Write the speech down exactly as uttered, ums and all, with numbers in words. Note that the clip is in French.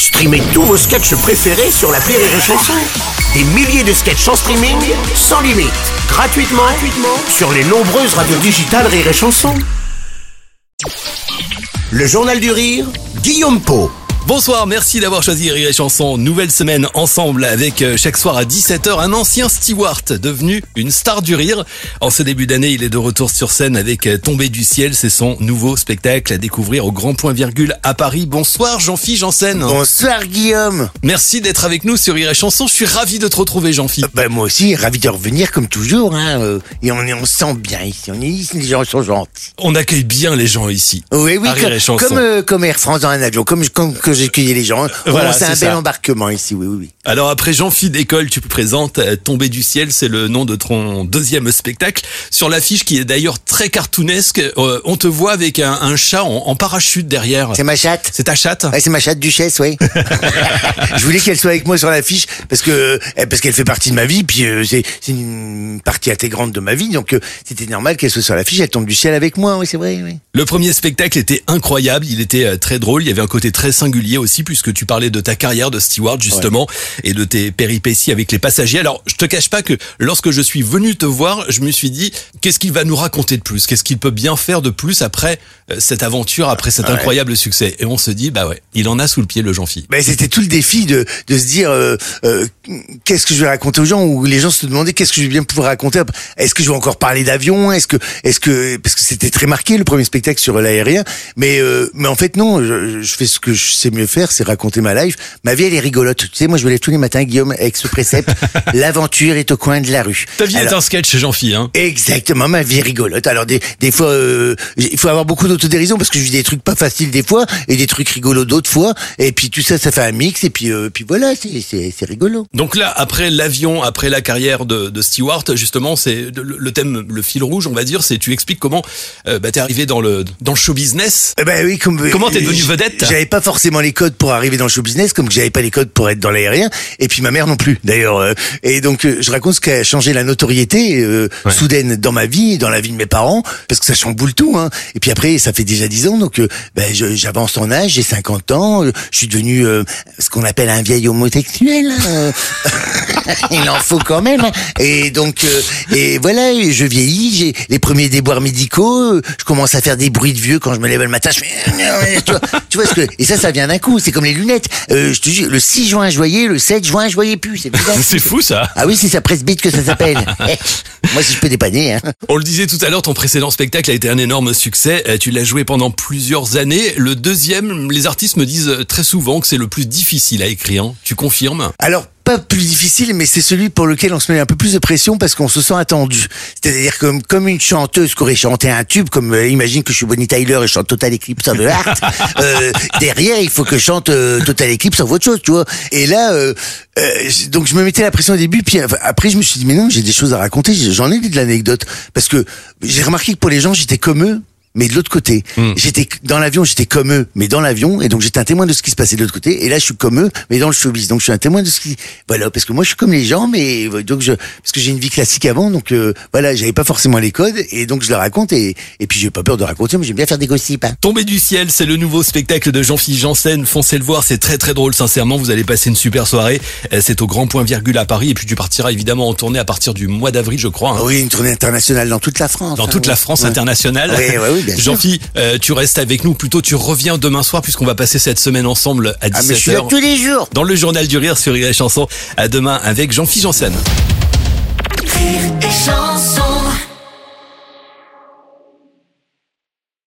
Streamez tous vos sketchs préférés sur l'appli Rire et Chanson. Des milliers de sketchs en streaming, sans limite, gratuitement, gratuitement sur les nombreuses radios digitales Rire et Chanson. Le Journal du Rire, Guillaume Pau. Bonsoir, merci d'avoir choisi Rire et Chanson. Nouvelle semaine ensemble avec euh, chaque soir à dix-sept heures un ancien steward devenu une star du rire. En ce début d'année, il est de retour sur scène avec euh, Tombé du ciel. C'est son nouveau spectacle à découvrir au Grand Point Virgule à Paris. Bonsoir Jean-Philippe Janssen. Bonsoir Guillaume. Merci d'être avec nous sur Rire et Chanson. Je suis ravi de te retrouver Jean-Philippe. Euh, bah, moi aussi, ravi de revenir comme toujours. Hein, euh, et on, est, on se sent bien ici. On est ici, les gens sont gentils. On accueille bien les gens ici. Oui, oui, à Rire et comme, Chanson. comme, euh, comme Air France dans un avion, comme, comme que j'accueillais les gens. Voilà, oh, c'est, c'est un ça. bel embarquement ici, oui, oui, oui. Alors après Jean-Philippe d'école, tu présentes euh, Tombé du ciel, c'est le nom de ton deuxième spectacle. Sur l'affiche qui est d'ailleurs très cartoonesque, euh, on te voit avec un, un chat en, en parachute derrière. C'est ma chatte. C'est ta chatte? Ouais, c'est ma chatte Duchesse, oui. Je voulais qu'elle soit avec moi sur l'affiche parce que parce qu'elle fait partie de ma vie, puis euh, c'est, c'est une partie intégrante de ma vie, donc euh, c'était normal qu'elle soit sur l'affiche. Elle tombe du ciel avec moi, oui, c'est vrai, oui. Le premier spectacle était incroyable, il était euh, très drôle, il y avait un côté très singulier aussi puisque tu parlais de ta carrière de steward justement ouais. et de tes péripéties avec les passagers. Alors je te cache pas que lorsque je suis venu te voir, je me suis dit qu'est-ce qu'il va nous raconter de plus, qu'est-ce qu'il peut bien faire de plus après euh, cette aventure, après cet ouais. incroyable succès. Et on se dit bah ouais, il en a sous le pied le Jean-Philippe. Ben c'était tout le défi de de se dire euh, euh, qu'est-ce que je vais raconter aux gens, ou les gens se demandaient qu'est-ce que je vais bien pouvoir raconter. Est-ce que je vais encore parler d'avion, est-ce que est-ce que parce que c'était très marqué le premier spectacle sur l'aérien, mais euh, mais en fait non, je, je fais ce que je sais mieux faire, c'est raconter ma life. Ma vie elle est rigolote. Tu sais, moi je me lève tous les matins, Guillaume, avec ce précepte l'aventure est au coin de la rue. Ta vie Alors, est un sketch, Jean-Philippe, hein. Exactement, ma vie est rigolote. Alors des des fois euh, il faut avoir beaucoup d'autodérision parce que je vis des trucs pas faciles des fois et des trucs rigolos d'autres fois, et puis tout ça ça fait un mix, et puis euh, puis voilà, c'est c'est c'est rigolo. Donc là, après l'avion, après la carrière de de steward, justement, c'est le, le thème, le fil rouge, on va dire, c'est tu expliques comment euh, bah t'es arrivé dans le dans le show business. Eh ben oui, comme comment t'es devenu vedette. J'avais pas forcément les codes pour arriver dans le show business, comme que j'avais pas les codes pour être dans l'aérien, et puis ma mère non plus d'ailleurs. Et donc je raconte ce qui a changé la notoriété euh, ouais. soudaine dans ma vie, dans la vie de mes parents, parce que ça chamboule tout, hein. Et puis après ça fait déjà dix ans, donc euh, ben je, j'avance en âge, j'ai cinquante ans, euh, je suis devenu euh, ce qu'on appelle un vieil homosexuel. Hein. Il en faut quand même. Hein. Et donc euh, et voilà, je vieillis, j'ai les premiers déboires médicaux, je commence à faire des bruits de vieux quand je me lève le matin. Je fais, tu vois, tu vois ce que, et ça ça vient d'un coup, c'est comme les lunettes. Euh, je te jure, le six juin je voyais, le sept juin je voyais plus. C'est bizarre. C'est fou ça. Ah oui, c'est sa presse bite que ça s'appelle. Moi si je peux dépanner. Hein. On le disait tout à l'heure, ton précédent spectacle a été un énorme succès. Tu l'as joué pendant plusieurs années. Le deuxième, les artistes me disent très souvent que c'est le plus difficile à écrire. Tu confirmes? Alors pas plus difficile, mais c'est celui pour lequel on se met un peu plus de pression parce qu'on se sent attendu. C'est-à-dire comme comme une chanteuse qui aurait chanté un tube, comme euh, imagine que je suis Bonnie Tyler et je chante Total Eclipse of the Heart. euh, derrière, il faut que je chante euh, Total Eclipse of autre chose, tu vois. Et là, euh, euh, donc je me mettais la pression au début, puis après je me suis dit mais non, j'ai des choses à raconter, j'en ai de l'anecdote, parce que j'ai remarqué que pour les gens j'étais comme eux. Mais de l'autre côté, mmh. j'étais dans l'avion, j'étais comme eux, mais dans l'avion, et donc j'étais un témoin de ce qui se passait de l'autre côté. Et là, je suis comme eux, mais dans le showbiz. Donc je suis un témoin de ce qui, voilà, parce que moi, je suis comme les gens, mais donc je, parce que j'ai une vie classique avant, donc euh, voilà, j'avais pas forcément les codes, et donc je le raconte, et et puis j'ai pas peur de raconter, mais j'aime bien faire des gossips. Hein. Tombé du ciel, c'est le nouveau spectacle de Jean-Philippe Janssen. Foncez le voir, c'est très très drôle, sincèrement. Vous allez passer une super soirée. C'est au Grand Point Virgule à Paris, et puis tu partiras évidemment en tournée à partir du mois d'avril, je crois. Hein. Oui, une tournée internationale dans toute la France. Dans hein, toute ouais. la France ouais. internationale. Oui, oui, oui, bien sûr. Jean-Philippe, Euh, tu restes avec nous, plutôt tu reviens demain soir puisqu'on va passer cette semaine ensemble à dix-sept heures. Ah mais je suis là tous les jours. Dans le Journal du Rire sur Rire et Chanson. À demain avec Jean-Philippe Janssen. Rire et Chanson.